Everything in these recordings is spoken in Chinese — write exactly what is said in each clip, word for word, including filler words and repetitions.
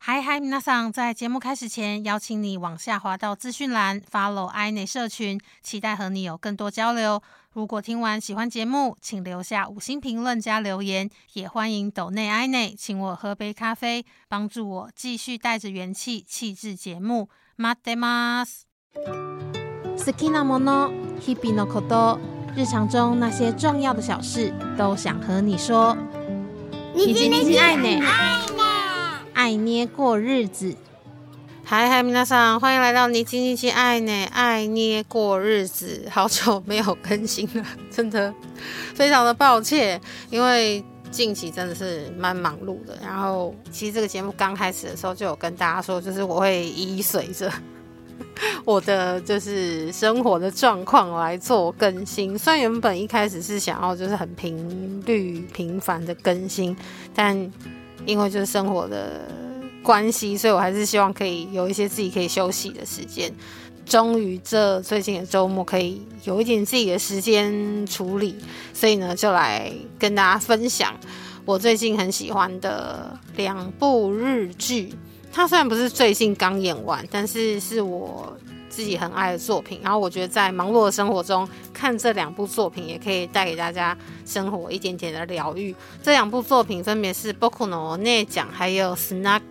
嗨嗨，皆さん，在节目开始前，邀请你往下滑到资讯栏 follow I N E 社群，期待和你有更多交流。如果听完喜欢节目，请留下五星评论加留言，也欢迎抖内 I N E 请我喝杯咖啡，帮助我继续带着元气气质节目。待ってます。好きなもの、日々のこと、日常中那些重要的小事，都想和你说。你今天爱呢？爱捏过日子。嗨嗨，皆さん，欢迎来到你今天爱呢爱捏过日子。好久没有更新了，真的非常的抱歉，因为近期真的是蛮忙碌的。然后其实这个节目刚开始的时候就有跟大家说，就是我会依随着我的就是生活的状况来做更新。虽然原本一开始是想要就是很频率频繁的更新，但因为就是生活的关系，所以我还是希望可以有一些自己可以休息的时间。终于这最近的周末可以有一点自己的时间处理，所以呢就来跟大家分享我最近很喜欢的两部日剧。它虽然不是最近刚演完，但是是我自己很爱的作品，然后我觉得在忙碌的生活中看这两部作品也可以带给大家生活一点点的疗愈。这两部作品分别是 Boku no Oneican 还有 Snack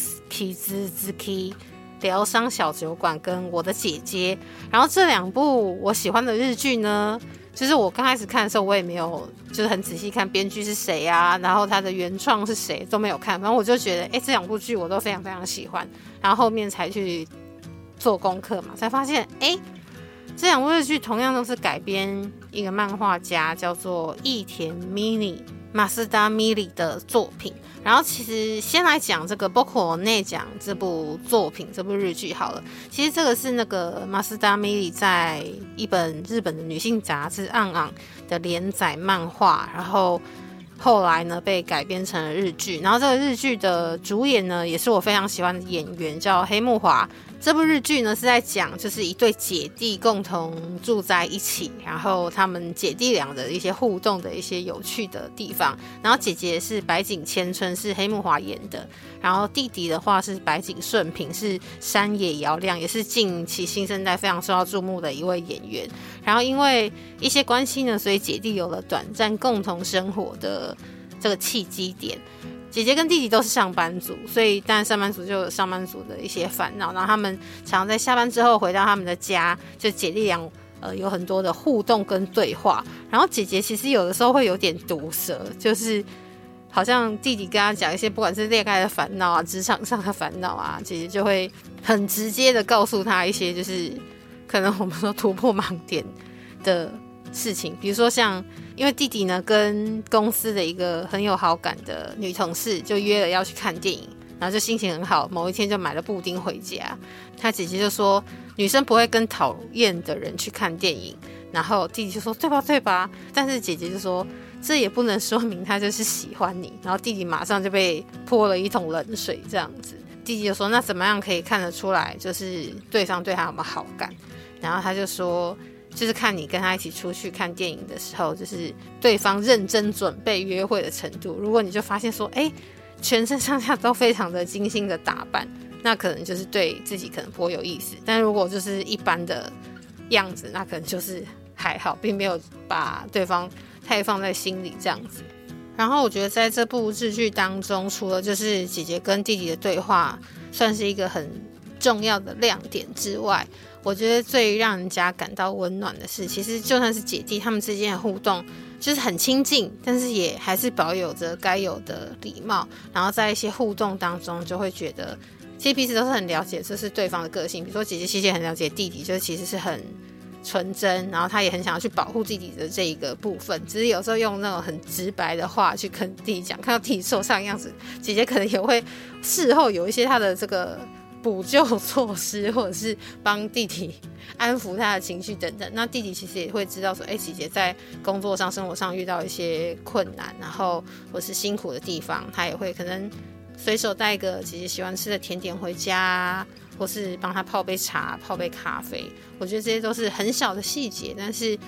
Kizuzuki 疗伤小酒馆跟我的姐姐。然后这两部我喜欢的日剧呢，就是我刚开始看的时候我也没有就是很仔细看编剧是谁啊，然后他的原创是谁都没有看，反正我就觉得哎，这两部剧我都非常非常喜欢，然后后面才去做功课嘛，才发现哎，这两部日剧同样都是改编一个漫画家叫做益田 mini 马斯达 mili 的作品。然后其实先来讲这个 Boku no Oneican 这部作品，这部日剧好了。其实这个是那个马斯达 mili 在一本日本的女性杂志 On On 的连载漫画，然后后来呢被改编成了日剧。然后这个日剧的主演呢也是我非常喜欢的演员，叫黑木华。这部日剧呢是在讲就是一对姐弟共同住在一起，然后他们姐弟俩的一些互动的一些有趣的地方。然后姐姐是白井千春，是黑木华演的，然后弟弟的话是白井顺平，是山野遥亮，也是近期新生代非常受到注目的一位演员。然后因为一些关系呢，所以姐弟有了短暂共同生活的这个契机点。姐姐跟弟弟都是上班族，所以当然上班族就有上班族的一些烦恼，然后他们常常在下班之后回到他们的家，就姐弟俩呃有很多的互动跟对话。然后姐姐其实有的时候会有点毒舌，就是好像弟弟跟他讲一些不管是恋爱的烦恼啊、职场上的烦恼啊，姐姐就会很直接的告诉他一些就是可能我们说突破盲点的事情。比如说像因为弟弟呢跟公司的一个很有好感的女同事就约了要去看电影，然后就心情很好，某一天就买了布丁回家。他姐姐就说女生不会跟讨厌的人去看电影，然后弟弟就说对吧对吧，但是姐姐就说这也不能说明他就是喜欢你，然后弟弟马上就被泼了一桶冷水这样子。弟弟就说那怎么样可以看得出来就是对方对他有没有好感，然后他就说就是看你跟他一起出去看电影的时候，就是对方认真准备约会的程度。如果你就发现说哎，全身上下都非常的精心的打扮，那可能就是对自己可能颇有意思。但如果就是一般的样子，那可能就是还好，并没有把对方太放在心里这样子。然后我觉得在这部日剧当中，除了就是姐姐跟弟弟的对话算是一个很重要的亮点之外，我觉得最让人家感到温暖的是，其实就算是姐弟他们之间的互动就是很亲近，但是也还是保有着该有的礼貌。然后在一些互动当中就会觉得其实彼此都是很了解这是对方的个性。比如说姐姐其实也很了解弟弟，就是其实是很纯真，然后他也很想要去保护弟弟的这一个部分，只是有时候用那种很直白的话去跟弟弟讲，看到弟弟受伤的样子，姐姐可能也会事后有一些他的这个补救措施，或者是帮弟弟安抚他的情绪等等。那弟弟其实也会知道说，哎，姐姐在工作上、生活上遇到一些困难，然后或是辛苦的地方，他也会可能随手带一个姐姐喜欢吃的甜点回家，或是帮他泡杯茶、泡杯咖啡。我觉得这些都是很小的细节，但是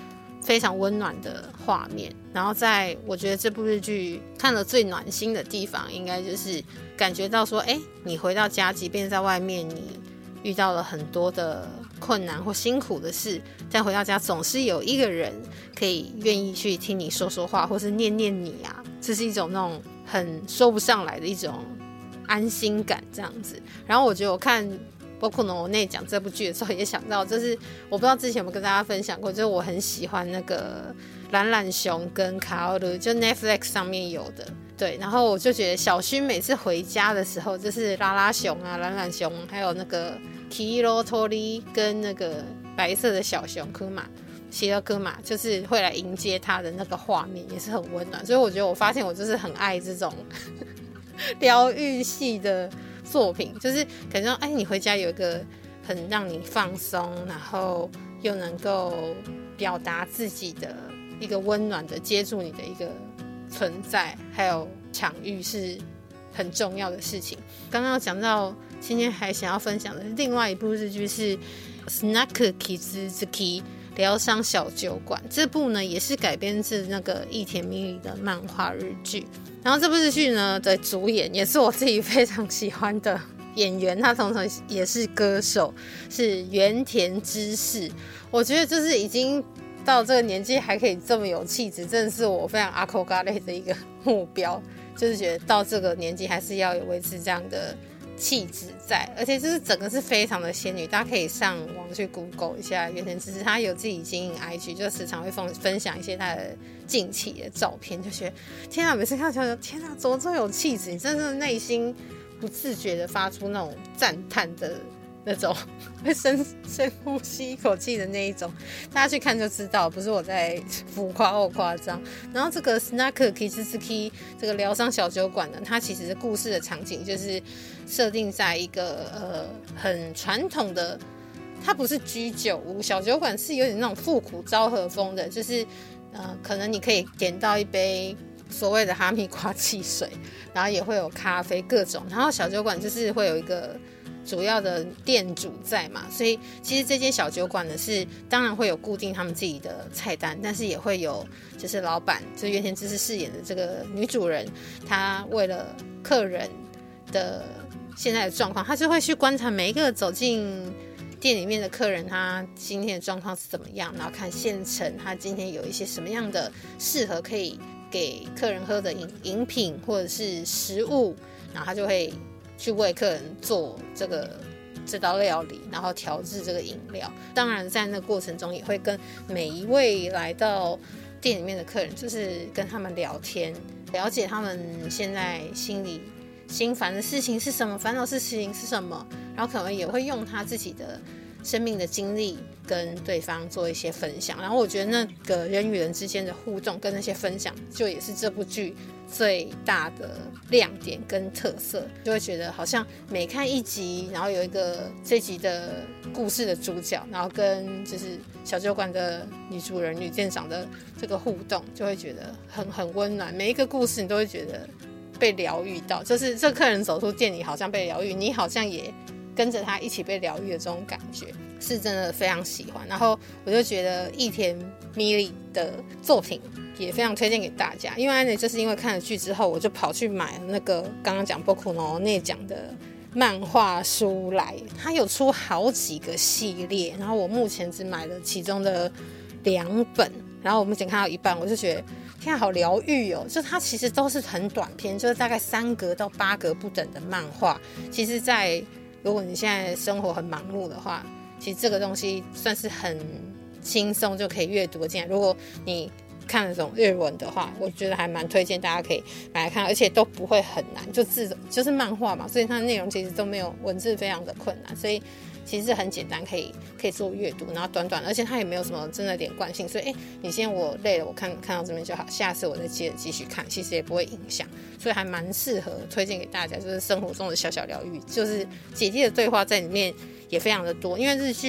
非常温暖的画面。然后在我觉得这部日剧看了最暖心的地方，应该就是感觉到说，哎，你回到家，即便在外面你遇到了很多的困难或辛苦的事，但回到家总是有一个人可以愿意去听你说说话，或是念念你啊，这是一种那种很说不上来的一种安心感这样子。然后我觉得我看包括我内讲这部剧的时候也想到，就是我不知道之前有没有跟大家分享过，就是我很喜欢那个懒懒熊跟卡奥鲁，就 Netflix 上面有的。对，然后我就觉得小薰每次回家的时候，就是拉拉熊啊、懒懒熊，还有那个 Kiro Tori 跟那个白色的小熊科马希勒科马，就是会来迎接他的那个画面，也是很温暖。所以我觉得我发现我就是很爱这种疗愈系的作品，就是感觉哎，你回家有一个很让你放松，然后又能够表达自己的一个温暖的接住你的一个存在，还有场域是很重要的事情。刚刚讲到今天还想要分享的另外一部日剧是 Snack Kizuki 疗伤小酒馆，这部呢也是改编自那个益田美里的漫画日剧。然后这部日剧呢的主演也是我自己非常喜欢的演员，他同时也是歌手，是原田知世。我觉得就是已经到这个年纪还可以这么有气质，真的是我非常阿扣嘎类的一个目标，就是觉得到这个年纪还是要有维持这样的气质在，而且就是整个是非常的仙女。大家可以上网去 Google 一下原田知世，他有自己经营 I G， 就时常会分享一些他的近期的照片，就觉得天啊，每次看到就觉得天啊，怎么这么有气质，你真的内心不自觉的发出那种赞叹的那种，会深深呼吸一口气的那一种，大家去看就知道，不是我在浮夸或夸张。然后这个 Snack Kizuki 这个疗伤小酒馆呢，它其实故事的场景就是设定在一个呃很传统的，它不是居酒屋，小酒馆是有点那种复古昭和风的，就是呃可能你可以点到一杯所谓的哈密瓜汽水，然后也会有咖啡各种，然后小酒馆就是会有一个主要的店主在嘛，所以其实这间小酒馆呢是当然会有固定他们自己的菜单，但是也会有就是老板就是原田知世饰演的这个女主人，她为了客人的现在的状况，她就会去观察每一个走进店里面的客人，他今天的状况是怎么样，然后看现成他今天有一些什么样的适合可以给客人喝的 饮, 饮品或者是食物，然后他就会去为客人做这个这道料理，然后调制这个饮料。当然在那个过程中也会跟每一位来到店里面的客人，就是跟他们聊天，了解他们现在心里心烦的事情是什么，烦恼事情是什么，然后可能也会用他自己的生命的经历跟对方做一些分享。然后我觉得那个人与人之间的互动跟那些分享，就也是这部剧最大的亮点跟特色，就会觉得好像每看一集，然后有一个这集的故事的主角，然后跟就是小酒馆的女主人女店长的这个互动，就会觉得很很温暖。每一个故事你都会觉得被疗愈到，就是这客人走出店里好像被疗愈，你好像也跟着他一起被疗愈的这种感觉，是真的非常喜欢。然后我就觉得益田美里的作品也非常推荐给大家，因为呢，就是因为看了剧之后，我就跑去买了那个刚刚讲 Boku no 内讲的漫画书来，它有出好几个系列，然后我目前只买了其中的两本，然后我目前看到一半，我就觉得天啊，好疗愈哦！就它其实都是很短篇，就是大概三格到八格不等的漫画。其实在如果你现在生活很忙碌的话，其实这个东西算是很轻松就可以阅读进来。如果你看那种日文的话，我觉得还蛮推荐大家可以买来看，而且都不会很难，就字就是漫画嘛，所以它的内容其实都没有文字非常的困难，所以其实很简单，可以可以做阅读，然后短短的，而且它也没有什么真的连贯性，所以哎，你今天我累了，我看看到这边就好，下次我再接着继续看，其实也不会影响，所以还蛮适合推荐给大家，就是生活中的小小疗愈，就是姐弟的对话在里面也非常的多，因为日剧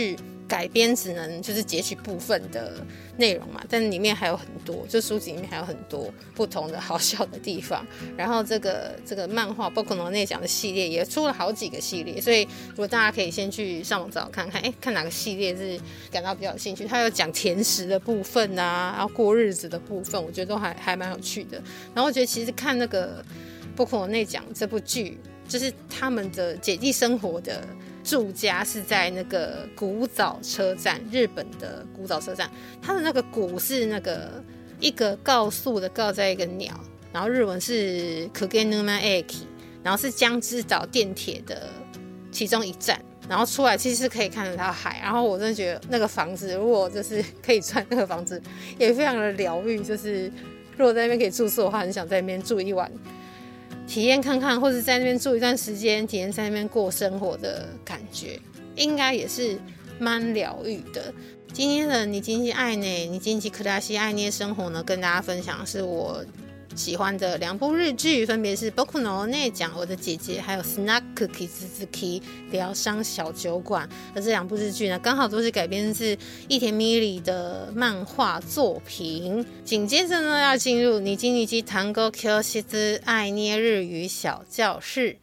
改编只能就是截取部分的内容嘛，但里面还有很多，就书籍里面还有很多不同的好笑的地方。然后这个这个漫画包括诺内奖的系列也出了好几个系列，所以如果大家可以先去上网找看看，哎，看哪个系列是感到比较有兴趣。它有讲甜食的部分啊，然后过日子的部分，我觉得都还还蛮有趣的。然后我觉得其实看那个包括诺内奖这部剧，就是他们的姐弟生活的住家是在那个古早车站，日本的古早车站，它的那个古是那个一个告诉的告在一个鸟，然后日文是 Kugenuma Eki， 然后是江之岛电铁的其中一站，然后出来其实是可以看得到海。然后我真的觉得那个房子，如果就是可以穿那个房子，也非常的疗愈。就是如果在那边可以住宿的话，很想在那边住一晚，体验看看，或者在那边住一段时间，体验在那边过生活的感觉，应该也是蛮疗愈的。今天的你经济爱呢，你经济克拉西爱捏生活呢，跟大家分享是我喜欢的两部日剧，分别是 Boku no Ne 讲我的姐姐，还有 Snack Kizuki 疗伤小酒馆。而这两部日剧呢，刚好都是改编自一田咪里的漫画作品。紧接着呢，要进入你经济単語教室爱捏日语小教室。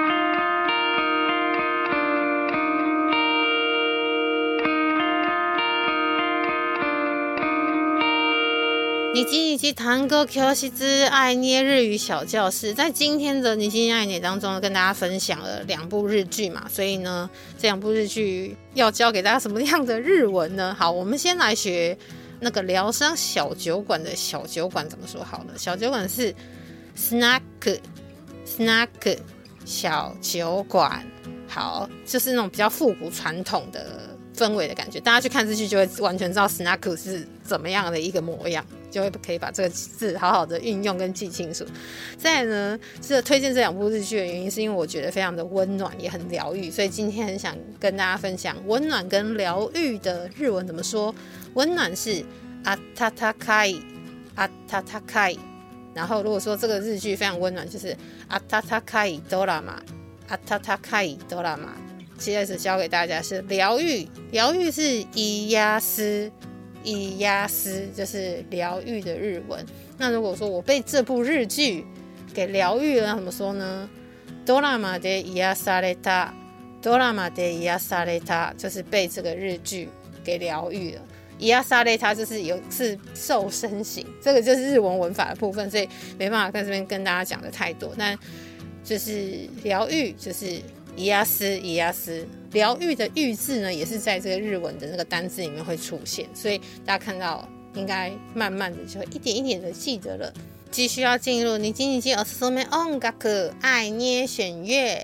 你经济系単語教室爱捏日语小教室，在今天的你经济爱捏当中跟大家分享了两部日剧嘛，所以呢，这两部日剧要教给大家什么样的日文呢？好，我们先来学那个疗伤小酒馆的小酒馆怎么说好了。小酒馆是 snack snack 小酒馆，好，就是那种比较复古传统的氛围的感觉。大家去看日剧就会完全知道 snack 是怎么样的一个模样，就会可以把这个字好好的运用跟记清楚。再来呢，这推荐这两部日剧的原因是因为我觉得非常的温暖，也很疗愈，所以今天很想跟大家分享温暖跟疗愈的日文怎么说。温暖是あたたかいあたたかい，然后如果说这个日剧非常温暖，就是あたたかいドラマあたたかいドラマ。接着教给大家是疗愈，疗愈是イヤスイヤス，就是疗愈的日文。那如果说我被这部日剧给疗愈了，怎么说呢？ドラマで癒されたドラマで癒された，就是被这个日剧给疗愈了。癒された就是有是受身型，这个就是日文文法的部分，所以没办法跟这边跟大家讲的太多。但就是疗愈，就是イヤスイヤス，疗愈的愈字呢，也是在这个日文的那个单字里面会出现，所以大家看到应该慢慢的就会一点一点的记得了。继续要进入你今日おすすめ音楽爱捏选乐。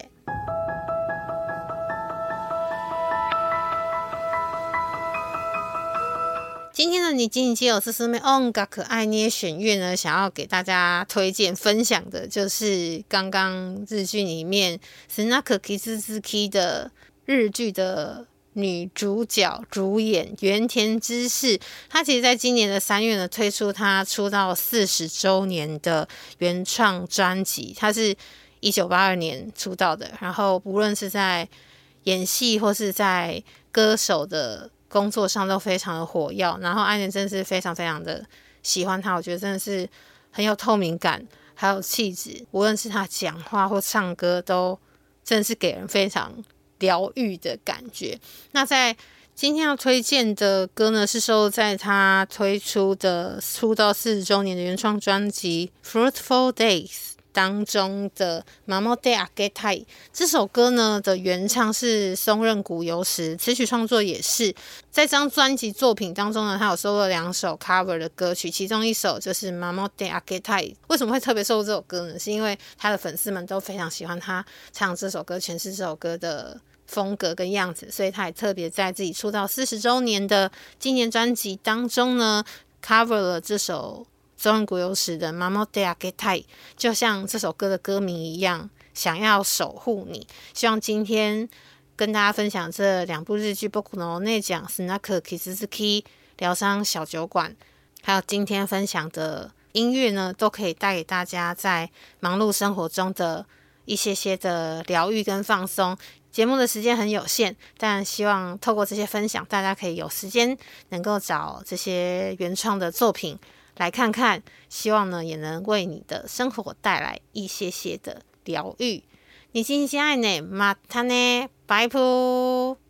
今天的你今日おすすめ音楽爱捏选乐呢，想要给大家推荐分享的就是刚刚日剧里面 Snack Kizuki 的日剧的女主角主演原田知世。她其实在今年的三月呢推出她出道四十周年的原创专辑，她是一九八二年出道的，然后不论是在演戏或是在歌手的工作上都非常的火药，然后爱莲真的是非常非常的喜欢他，我觉得真的是很有透明感，还有气质，无论是他讲话或唱歌都真的是给人非常疗愈的感觉。那在今天要推荐的歌呢，是收录在他推出的出道四十周年的原创专辑 Fruitful Days当中的 Mamode Agetai。 这首歌呢的原唱是松任谷由实，词曲创作也是。在这张专辑作品当中呢，他有收录两首 cover 的歌曲，其中一首就是 Mamode Agetai。 为什么会特别收录这首歌呢？是因为他的粉丝们都非常喜欢他唱这首歌，诠释这首歌的风格跟样子，所以他也特别在自己出道四十周年的纪念专辑当中呢 cover 了这首松任谷由实的 Mamode Agetai， 就像这首歌的歌名一样，想要守护你。希望今天跟大家分享这两部日剧 Boku no Ne 讲 Snack Kizuki 疗伤小酒馆，还有今天分享的音乐呢，都可以带给大家在忙碌生活中的一些些的疗愈跟放松。节目的时间很有限，但希望透过这些分享，大家可以有时间能够找这些原创的作品来看看，希望呢也能为你的生活带来一些些的疗愈。你今天爱呢，马他呢，拜拜。